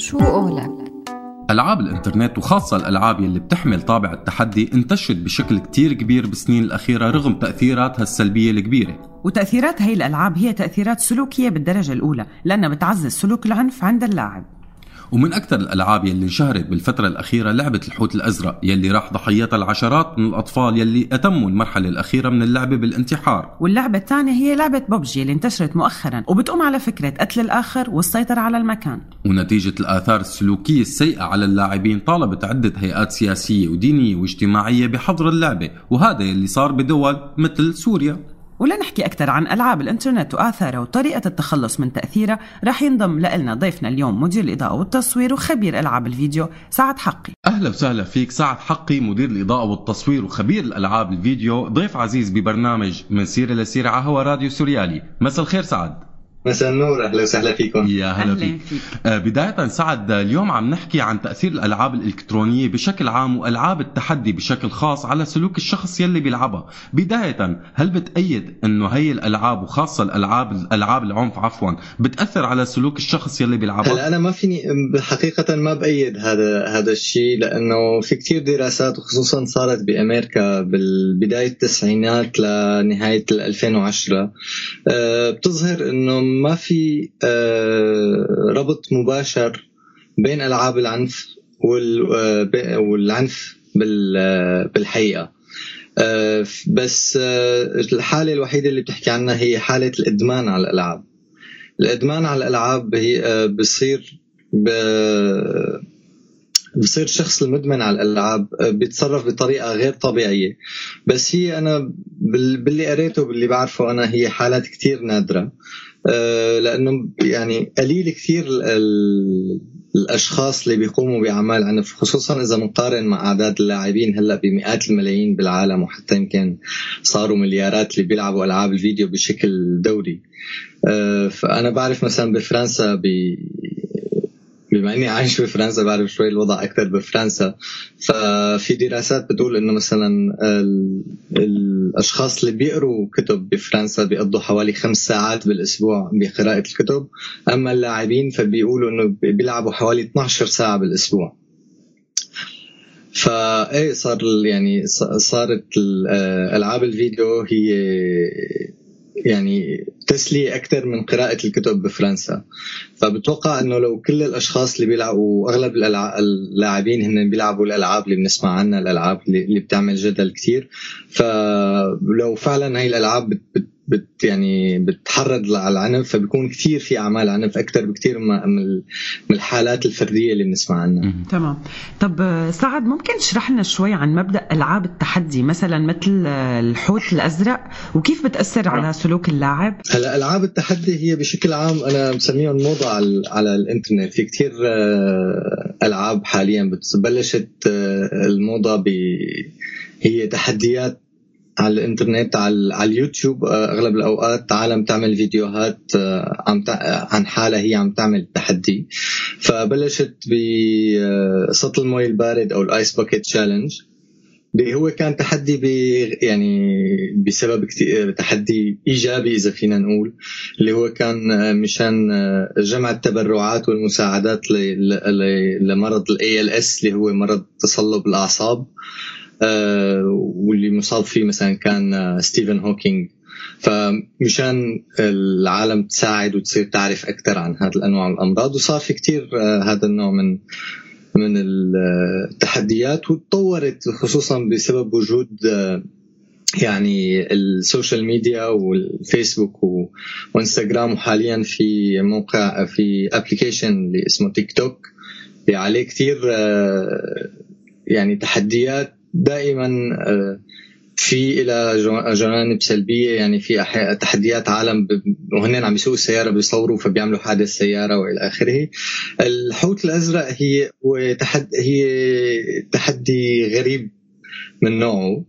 شو قولك؟ ألعاب الإنترنت وخاصة الألعاب يلي بتحمل طابع التحدي انتشرت بشكل كتير كبير بالسنين الأخيرة رغم تأثيراتها السلبية الكبيرة. وتأثيرات هاي الألعاب هي تأثيرات سلوكية بالدرجة الأولى لأنها بتعزز سلوك العنف عند اللاعب. ومن أكثر الألعاب يلي انشهرت بالفترة الأخيرة لعبة الحوت الأزرق يلي راح ضحيتها العشرات من الأطفال يلي أتموا المرحلة الأخيرة من اللعبة بالانتحار. واللعبة الثانية هي لعبة ببجي اللي انتشرت مؤخرا وبتقوم على فكرة قتل الآخر والسيطرة على المكان. ونتيجة الآثار السلوكية السيئة على اللاعبين طالبت عدة هيئات سياسية ودينية واجتماعية بحظر اللعبة، وهذا يلي صار بدول مثل سوريا. ولنحكي أكثر عن ألعاب الإنترنت وآثارها وطريقة التخلص من تأثيرها رح ينضم لنا ضيفنا اليوم مدير الإضاءة والتصوير وخبير ألعاب الفيديو سعد حقي. أهلا وسهلا فيك سعد حقي، مدير الإضاءة والتصوير وخبير الألعاب الفيديو، ضيف عزيز ببرنامج من سيرة لسيرة على هوا راديو سوريالي. مساء الخير سعد. مساء النور، أهلا وسهلا فيكم. يا هلا فيك. بداية سعد، اليوم عم نحكي عن تأثير الألعاب الإلكترونية بشكل عام وألعاب التحدي بشكل خاص على سلوك الشخص يلي بيلعبها. بداية، هل بتأيد إنه هي الألعاب وخاصة الألعاب العنف بتأثر على سلوك الشخص يلي بيلعبها؟ هلا أنا ما فيني حقيقة ما بأيد هذا الشيء، لأنه في كتير دراسات وخصوصا صارت بأمريكا بالبداية التسعينات لنهاية 2010 بتظهر إنه ما في ربط مباشر بين ألعاب العنف والعنف بالحقيقة. بس الحالة الوحيدة اللي بتحكي عنها هي حالة الإدمان على الألعاب. الإدمان على الألعاب هي بصير الشخص المدمن على الألعاب بيتصرف بطريقة غير طبيعية. بس هي أنا باللي قريته باللي بعرفه أنا هي حالات كتير نادرة، لأنه يعني قليل كثير الأشخاص اللي بيقوموا بأعمال عنف، خصوصا إذا منقارن مع أعداد اللاعبين هلأ بمئات الملايين بالعالم، وحتى يمكن صاروا مليارات اللي بيلعبوا ألعاب الفيديو بشكل دوري. فأنا بعرف مثلا بفرنسا بما أني عايش بفرنسا بعرف شوي الوضع أكثر بفرنسا. ففي دراسات بتقول إنه مثلا الأشخاص اللي بيقروا كتب بفرنسا بيقضوا حوالي 5 ساعات بالأسبوع بقراءة الكتب، أما اللاعبين فبيقولوا إنه بيلعبوا حوالي 12 ساعة بالأسبوع. فإيه صارت ألعاب الفيديو هي يعني تسلية أكثر من قراءة الكتب بفرنسا. فبتوقع أنه لو كل الأشخاص اللي بيلعبوا أغلب اللاعبين هن بيلعبوا الألعاب اللي بنسمع عنها، الألعاب اللي بتعمل جدل كتير، فلو فعلا هاي الألعاب يعني بتحرض على العنف فبيكون كتير في أعمال عنف أكتر بكتير من الحالات الفردية اللي بنسمع عنها. تمام. طب سعد، ممكن تشرح لنا شوي عن مبدأ ألعاب التحدي مثلا مثل الحوت الأزرق وكيف بتأثر على سلوك اللاعب؟ هلا ألعاب التحدي هي بشكل عام أنا بسميهم موضة على الإنترنت. في كتير ألعاب حاليا بلشت الموضة هي تحديات على الانترنت، على اليوتيوب. اغلب الاوقات عالم تعمل فيديوهات عن حالة هي عم تعمل تحدي. فبلشت بسطل المي البارد او الايس باكيت تشالنج. هو كان تحدي يعني بسبب تحدي ايجابي اذا فينا نقول، اللي هو كان مشان جمع التبرعات والمساعدات لمرض ALS اللي هو مرض تصلب الاعصاب، واللي مصاب فيه مثلا كان ستيفن هوكينج. فمشان العالم تساعد وتصير تعرف أكثر عن هذه الأنواع من الأمراض، وصار في كتير هذا النوع من التحديات، وتطورت خصوصا بسبب وجود يعني السوشيال ميديا والفيسبوك وانستغرام، وحاليا في موقع في ابليكيشن اللي اسمه تيك توك عليه كتير يعني تحديات دائما في إلى جوانب سلبية. يعني في تحديات عالم وهن عم يسوقوا السيارة بيصوروا فبيعملوا حادث سيارة وإلى آخره. الحوت الأزرق هي تحدي غريب من نوعه.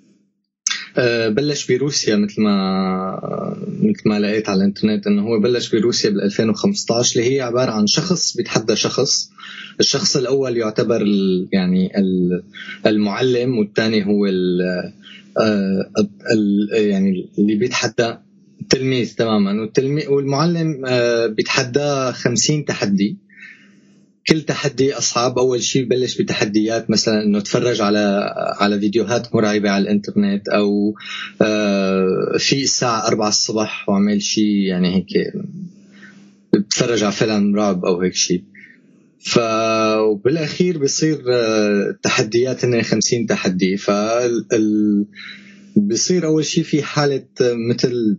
بلش بروسيا مثل ما لقيت على الانترنت انه هو بلش بروسيا بال2015، اللي هي عبارة عن شخص بيتحدى شخص. الشخص الاول يعتبر يعني المعلم، والثاني هو يعني اللي بيتحدى تلميذ تماما. والمعلم بيتحدى 50 تحدي. كل تحدي أصعب. أول شيء بلش بتحديات مثلا إنه تفرج على فيديوهات مرعبة على الإنترنت، أو في الساعة 4 الصبح وعمل شيء يعني هيك تفرج على فيلم رعب أو هيك شيء. وبالأخير بيصير تحديات هن 50 تحدي. بيصير أول شيء في حالة مثل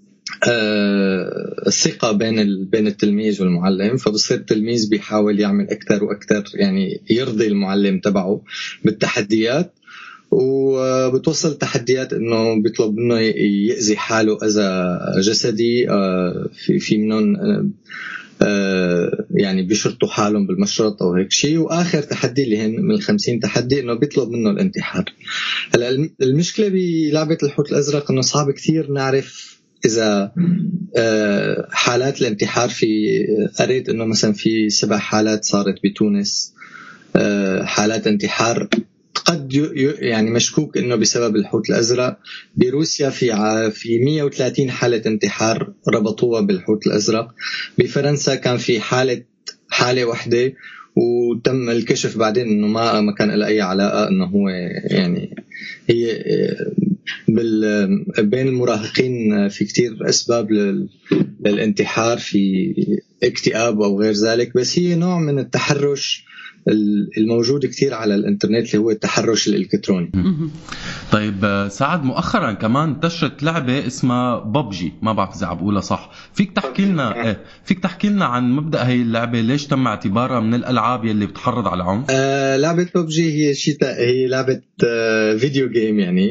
الثقة بين التلميذ والمعلم، فبصير التلميذ بيحاول يعمل أكثر وأكثر يعني يرضي المعلم تبعه بالتحديات. وبتوصل تحديات إنه بيطلب منه يأذي حاله أذى جسدي، في منهم يعني بيشرطوا حالهم بالمشرط أو هيك شيء. وآخر تحدي اللي هن من 50 تحدي إنه بيطلب منه الانتحار. هلا المشكلة بلعبة الحوت الأزرق إنه صعب كتير نعرف إذا حالات الانتحار قريت إنه مثلا في 7 حالات صارت بتونس، حالات انتحار قد يعني مشكوك إنه بسبب الحوت الأزرق. بروسيا في 130 حالة انتحار ربطوها بالحوت الأزرق. بفرنسا كان في حالة واحدة وتم الكشف بعدين إنه ما كان له أي علاقة، إنه هو يعني هي بين المراهقين في كتير أسباب للانتحار، في اكتئاب أو غير ذلك. بس هي نوع من التحرش الموجود كتير على الانترنت اللي هو التحرش الإلكتروني. طيب سعد، مؤخرا كمان انتشرت لعبة اسمها ببجي، ما بعرف إذا عم بقولها صح. فيك تحكي لنا عن مبدأ هاي اللعبة؟ ليش تم اعتبارها من الألعاب يلي بتحرض على العنف؟ لعبة ببجي هي لعبة فيديو جيم. يعني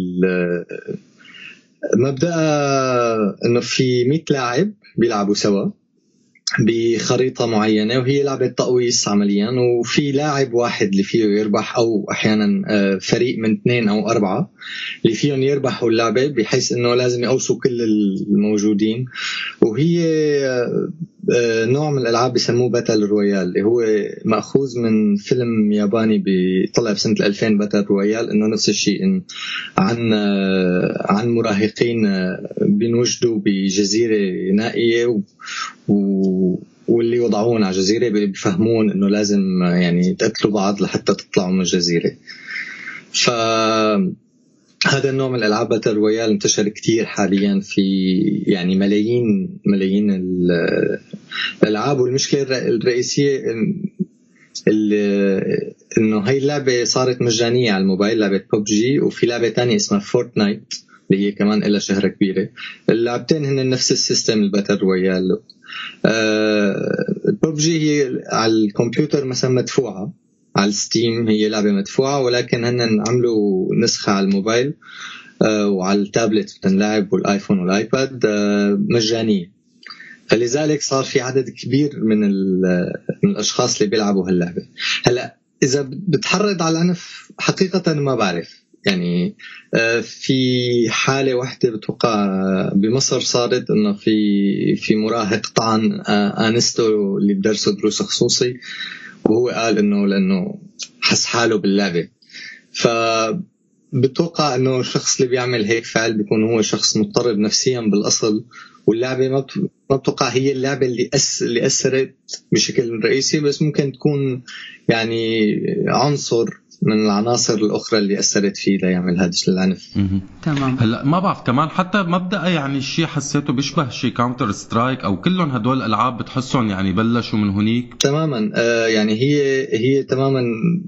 مبدأها إنه في 100 لاعب بيلعبوا سوا بخريطة معينة، وهي لعبة تقويص عمليا. وفي لاعب واحد اللي فيه يربح، أو أحيانا فريق من 2 أو 4 اللي فيهم يربحوا اللعبة، بحيث أنه لازم يقوصوا كل الموجودين. وهي نوع من الألعاب بيسموه باتل رويال، اللي هو مأخوذ من فيلم ياباني طلع بسنة 2000 باتل رويال، إنه نفس الشيء عن مراهقين بينوجدوا بجزيرة نائية واللي وضعوهم على جزيرة بيفهمون إنه لازم يعني يتقتلوا بعض لحتى تطلعوا من الجزيرة. هذا النوع من الألعاب باتل رويال انتشر كتير حاليا، في يعني ملايين الألعاب. والمشكلة الرئيسية إنه هاي اللعبة صارت مجانية على الموبايل، لعبة ببجي. وفي لعبة تانية اسمها فورتنايت اللي هي كمان إلها شهرة كبيرة. اللعبتين هن نفس السيستم الباتل رويال. ببجي هي على الكمبيوتر مثلا مدفوعة، على ستيم هي لعبة مدفوعة، ولكن هن عملوا نسخة على الموبايل وعلى التابلت بتنلعب والآيفون والآيباد مجانية. فلذلك صار في عدد كبير من الأشخاص اللي بيلعبوا هاللعبة. هلأ إذا بتحرض على العنف حقيقة ما بعرف. يعني في حالة واحدة بتوقع بمصر صارت إنه في مراهق طعن آنسته اللي بدرسه دروس خصوصي، وهو قال إنه لأنه حس حاله باللعبة. فبتوقع إنه الشخص اللي بيعمل هيك فعل بيكون هو شخص مضطرب نفسيا بالأصل، واللعبة ما بتوقع هي اللعبة اللي أثرت بشكل رئيسي، بس ممكن تكون يعني عنصر من العناصر الأخرى اللي أثرت فيه ليعمل هذا العنف. تمام. هلا ما بعرف كمان حتى مبدأ يعني الشيء حسيته بيشبه شيء كاونتر سترايك، أو كلهم هدول الألعاب بتحسهم يعني بلشوا من هنيك تماما. يعني هي تماما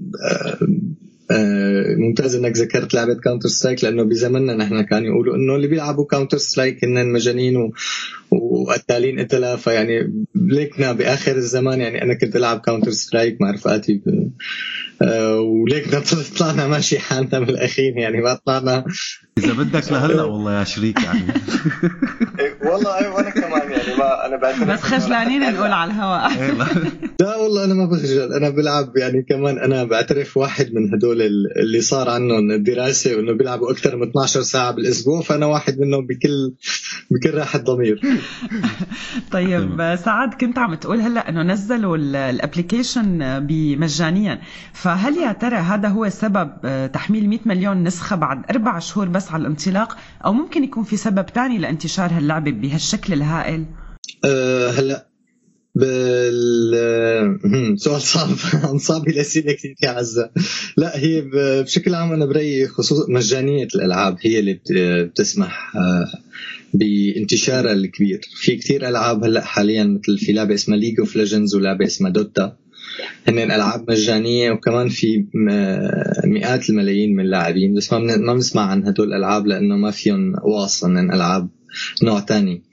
ممتاز انك ذكرت لعبة كاونتر سترايك، لانه بزمننا نحن كانوا يقولوا انه اللي بيلعبوا كاونتر سترايك هن مجانين وقتالين قتلة. فيعني ليكنا باخر الزمان، يعني انا كنت العب كاونتر سترايك مع رفقاتي وليكنا طلعنا ماشي حالنا بالاخير، يعني ما طلعنا اذا بدك لهلا والله يا شريك يعني. والله ايوه وانا كمان يعني ما انا بعترف، بس خجلانين نقول على الهواء. لا والله انا ما بخجل، انا بلعب يعني كمان انا بعترف واحد من هدول اللي صار عنهم الدراسه وانه بيلعبوا اكثر من 12 ساعه بالاسبوع، فانا واحد منهم بكل راحه ضمير. طيب سعد، كنت عم تقول هلا انه نزلوا الابلكيشن بمجانيا، فهل يا ترى هذا هو سبب تحميل 100 مليون نسخه بعد 4 شهور بس على الانطلاق، او ممكن يكون في سبب تاني لانتشار هاللعبه بهالشكل الهائل؟ هلا سؤال صعب. صعب الأسئلة كتير يا عزة. لا، هي بشكل عام أنا برأيي خصوصا مجانية الألعاب هي اللي بتسمح بانتشارها الكبير. في كتير ألعاب هلأ حاليا، مثل في لعبة اسمها ليج اوف ليجندز ولعبة اسمها دوتا، هن ألعاب مجانية وكمان في مئات الملايين من اللاعبين، بس ما بنسمع عن هدول الألعاب لأنه ما فيهم واصل، هن ألعاب نوع تاني.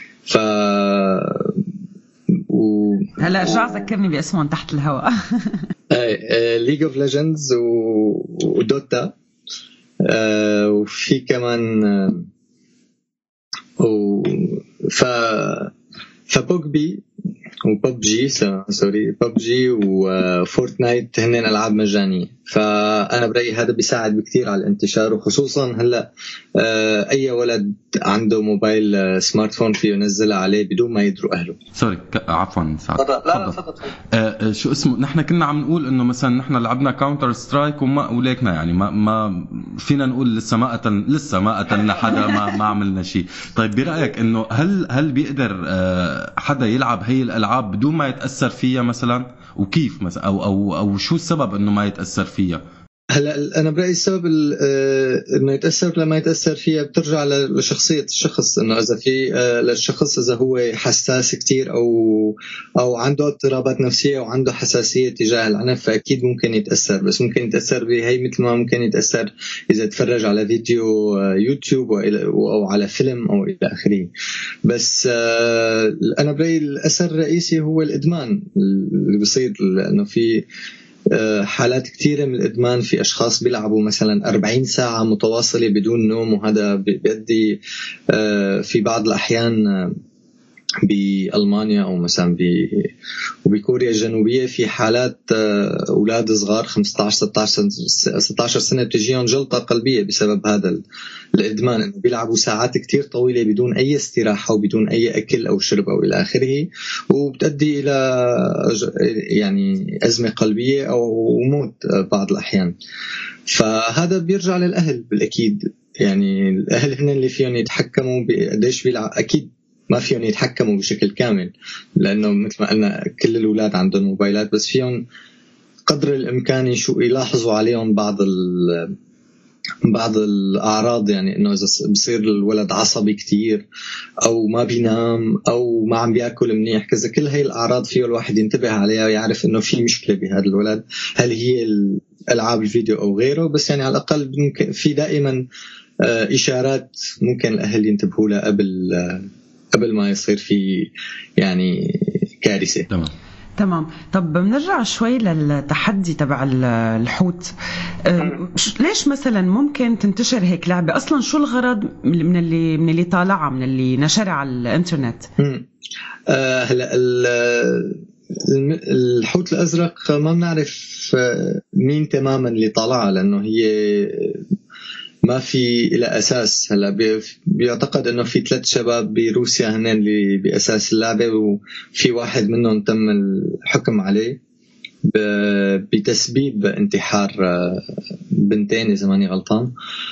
هلا رجع ذكرني باسمهم تحت الهواء. ليج اوف ليجندز ودوتا، وفي كمان فبوجبي وببجي، سوري ببجي وفورتنايت، هن ألعاب مجانية. فأنا برأيي هذا بيساعد بكتير على الانتشار، وخصوصا هلأ أي ولد عنده موبايل سمارت فون فيه ينزلها عليه بدون ما يدروا أهله. سوري عفوا سعد. لا فضل. شو اسمه، نحن كنا عم نقول إنه مثلا نحن لعبنا كاونتر سترايك وما وليكنا يعني ما فينا نقول لسه ما قتلنا حدا، ما عملنا شيء. طيب برأيك إنه هل بيقدر حدا يلعب هي الألعاب بدون ما يتأثر فيها مثلا، وكيف مثلا أو شو السبب إنه ما يتأثر فيها؟ هلا أنا برأيي السبب إنه يتأثر لما يتأثر فيها بترجع لشخصية الشخص. إنه إذا في للشخص إذا هو حساس كتير أو عنده اضطرابات نفسية وعنده حساسية تجاه العنف، فأكيد ممكن يتأثر. بس ممكن يتأثر بهي مثل ما ممكن يتأثر إذا تفرج على فيديو يوتيوب أو على فيلم أو إلى آخره. بس أنا برأيي الأثر الرئيسي هو الإدمان اللي بيصير، لأنه في حالات كثيرة من الإدمان. في أشخاص بيلعبوا مثلا 40 ساعة متواصلة بدون نوم، وهذا بيؤدي في بعض الأحيان بألمانيا أو مثلا وبكوريا الجنوبية في حالات أولاد صغار 15-16 سنة بتجيهم جلطة قلبية بسبب هذا الإدمان، إنه بيلعبوا ساعات كتير طويلة بدون أي استراحة وبدون أي أكل أو شرب أو إلى آخره، وبتؤدي إلى يعني أزمة قلبية أو موت بعض الأحيان. فهذا بيرجع للأهل بالأكيد. يعني الأهل هن اللي فيهم يتحكموا بقديش بيلعب. أكيد ما فيهم يتحكموا بشكل كامل، لأنه مثل ما قلنا كل الأولاد عندهم موبايلات، بس فيهم قدر الإمكان يلاحظوا عليهم بعض الأعراض. يعني إنه إذا بصير الولد عصبي كتير أو ما بينام أو ما عم بيأكل منيح كذا، كل هاي الأعراض فيه الواحد ينتبه عليها ويعرف إنه في مشكلة بهذا الولد، هل هي الألعاب الفيديو أو غيره. بس يعني على الأقل ممكن في دائما إشارات ممكن الأهل ينتبهوا لها قبل ما يصير في يعني كارثة. تمام. طب بنرجع شوي للتحدي تبع الحوت. ليش مثلا ممكن تنتشر هيك لعبة أصلا؟ شو الغرض من اللي طالعها، من اللي نشرها على الانترنت؟ هلا الحوت الأزرق ما بنعرف مين تماما اللي طالعها، لأنه هي ما في إلى أساس. هلا بيعتقد إنه في 3 شباب بروسيا هن اللي بأساس اللعبة، وفي واحد منهم تم الحكم عليه بتسبيب انتحار بنتين إذا ماني غلطان.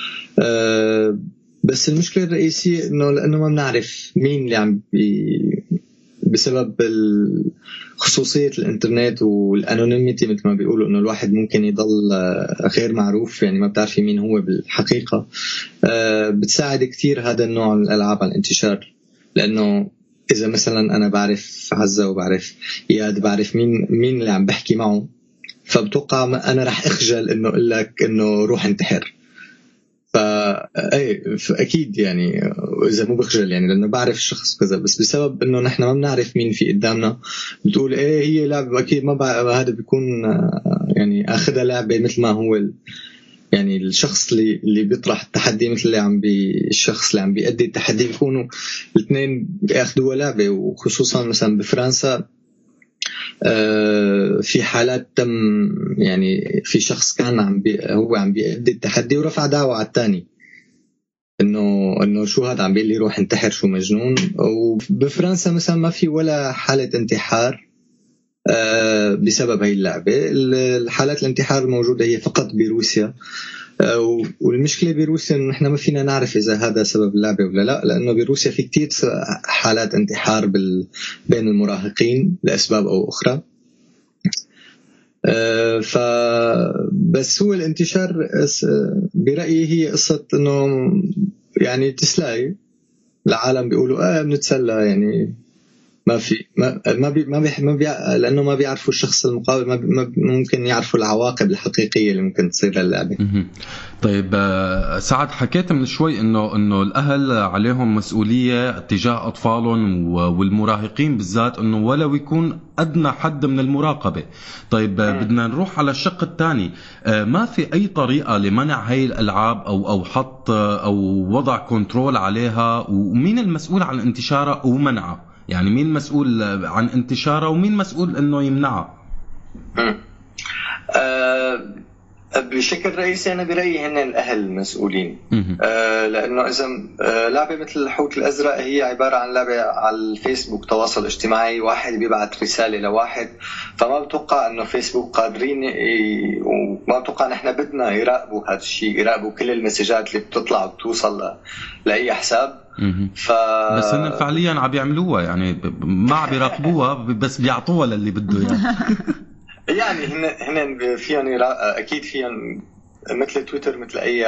بس المشكلة الرئيسية إنه لأنه ما بنعرف مين اللي عم بسبب خصوصية الانترنت والانونيميتي، مثل ما بيقولوا انه الواحد ممكن يضل غير معروف، يعني ما بتعرفي مين هو بالحقيقة. بتساعد كتير هذا النوع من الألعاب على الانتشار، لأنه إذا مثلا أنا بعرف عزة وبعرف إياد، بعرف مين اللي عم بحكي معه، فبتوقع أنا رح أخجل إنه أقول لك إنه روح انتحر. فأكيد يعني إذا مو بخجل يعني لأنه بعرف الشخص كذا، بس بسبب إنه نحن ما بنعرف مين في قدامنا بتقول هي لعبة. أكيد ما هذا بيكون يعني أخذها لعبة مثل ما هو يعني الشخص اللي بيطرح التحدي مثل الشخص اللي عم بيأدي التحدي، بيكونوا الاثنين بياخدوا لعبة. وخصوصا مثلا بفرنسا في حالات تم يعني في شخص كان هو عم بيأدي التحدي ورفع دعوة على الثاني انه شو هذا عم بيقول لي روح انتحر، شو مجنون. وبفرنسا مثلا ما في ولا حالة انتحار، بسبب هاي اللعبة. الحالات الانتحار الموجودة هي فقط بروسيا، والمشكلة بروسيا إنه إحنا ما فينا نعرف إذا هذا سبب اللعبة ولا لا، لأنه بروسيا في كتير حالات انتحار بين المراهقين لأسباب أو أخرى. فبس هو الانتشار برأيي هي قصة إنه يعني تسلاي العالم بيقولوا بنتسلى، يعني ما في لأنه ما بيعرفوا الشخص المقابل، ما ممكن يعرفوا العواقب الحقيقية اللي ممكن تصير للعبة. طيب سعد، حكيت من شوي إنه الأهل عليهم مسؤولية تجاه أطفالهم والمراهقين بالذات، إنه ولو يكون أدنى حد من المراقبة. طيب بدنا نروح على الشق الثاني. ما في أي طريقة لمنع هاي الألعاب أو حط أو وضع كنترول عليها؟ ومين المسؤول عن انتشارها ومنعها؟ يعني مين مسؤول عن انتشارها ومين مسؤول انه يمنعها؟ بشكل رئيسي انا برأيي هن الاهل المسؤولين. لانه اذا لعبه مثل الحوت الازرق هي عباره عن لعبه على الفيسبوك تواصل اجتماعي، واحد بيبعت رساله لواحد، فما بتوقع انه فيسبوك قادرين وما بتوقع نحن بدنا يراقبوا هذا الشيء، يراقبوا كل المسجات اللي بتطلع وبتوصل لاي حساب. بس هن فعليا عم يعملوها، يعني ما عم يراقبوها بس بيعطوها للي بده اياه. يعني هن فيهم اكيد فيهم مثل تويتر مثل اي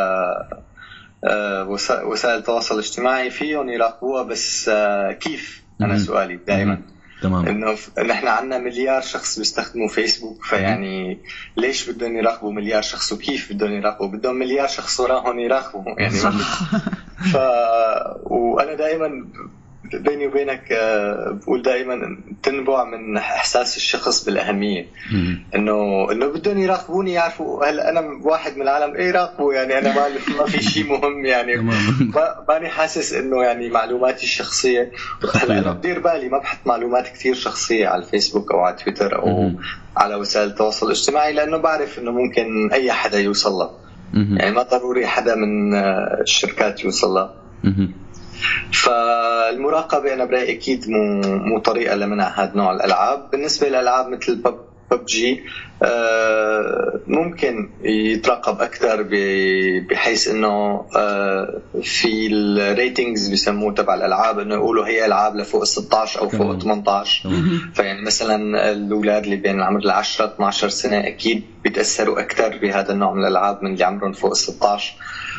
وسائل التواصل الاجتماعي فيهم يراقبوها، بس كيف؟ انا سؤالي دائما تمام انه نحن عندنا مليار شخص بيستخدموا فيسبوك، فيعني ليش بدهم يراقبوا مليار شخص؟ وكيف بدهم يراقبوا؟ بدهم مليار شخص وراهم يراقبوا يعني. وانا دائما بيني وبينك بقول دائما تنبع من احساس الشخص بالاهميه، انه بدهم يراقبوني، يعرفوا هل انا واحد من العالم يراقبوا، يعني انا ما في شيء مهم، يعني ماني حاسس انه يعني معلوماتي الشخصيه. هلا انا بدير بالي ما بحط معلومات كثير شخصيه على الفيسبوك او على تويتر او على وسائل التواصل الاجتماعي، لانه بعرف انه ممكن اي حدا يوصل له، يعني ما ضروري حدا من الشركات يوصل له. فالمراقبة أنا برأيي أكيد مو طريقة لمنع هذا نوع الألعاب. بالنسبة للألعاب مثل PUBG ممكن يتراقب أكثر بحيث إنه في الريتينجز بيسموه تبع الألعاب، إنه يقولوا هي ألعاب لفوق 16 أو فوق 18. فيعني مثلا الأولاد اللي بين العمر 10-12 سنة أكيد بيتأثروا أكثر بهذا النوع من الألعاب من اللي عمرهم فوق 16.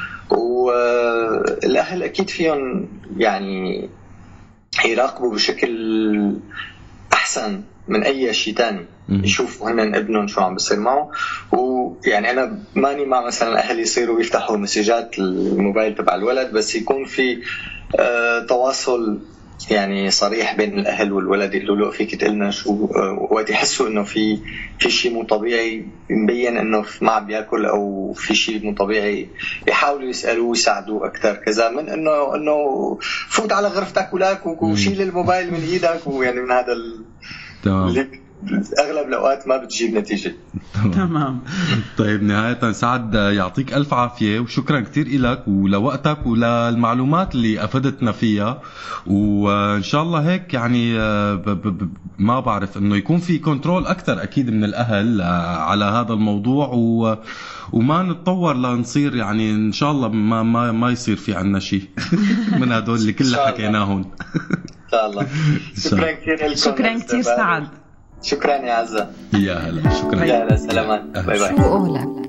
والأهل أكيد فيهم يعني يراقبوا بشكل أحسن من أي شيء تاني، يشوفوا هن ابنهم شو عم بيصير معه. ويعني أنا ماني مع مثلا أهل يصيروا يفتحوا مسجات الموبايل تبع الولد، بس يكون في تواصل يعني صريح بين الأهل والولد، يقولوا له فيك تقلنا شو وقت يحسوا إنه في شيء مو طبيعي، مبين إنه ما عم بياكل أو في شيء مو طبيعي، يحاولوا يسألوه ويساعدوه أكتر كذا من إنه فوت على غرفتك ولاك وشيل الموبايل من إيدك، ويعني من هذا اللي أغلب الأوقات ما بتجيب نتيجة. تمام. طيب نهاية سعد، يعطيك ألف عافية وشكرا كتير إلك ولوقتك وللمعلومات اللي أفدتنا فيها، وإن شاء الله هيك يعني ما بعرف إنه يكون في كنترول أكتر أكيد من الأهل على هذا الموضوع، وما نتطور لنصير يعني إن شاء الله ما يصير في عنا شيء من هدول اللي كلها حكيناهن. إن شاء الله. شكرا كثير لكم. شكرا كثير سعد. شكرا يا عزة. يا هلا، شكرا. يا هلا، سلامات. باي باي. شو قولك؟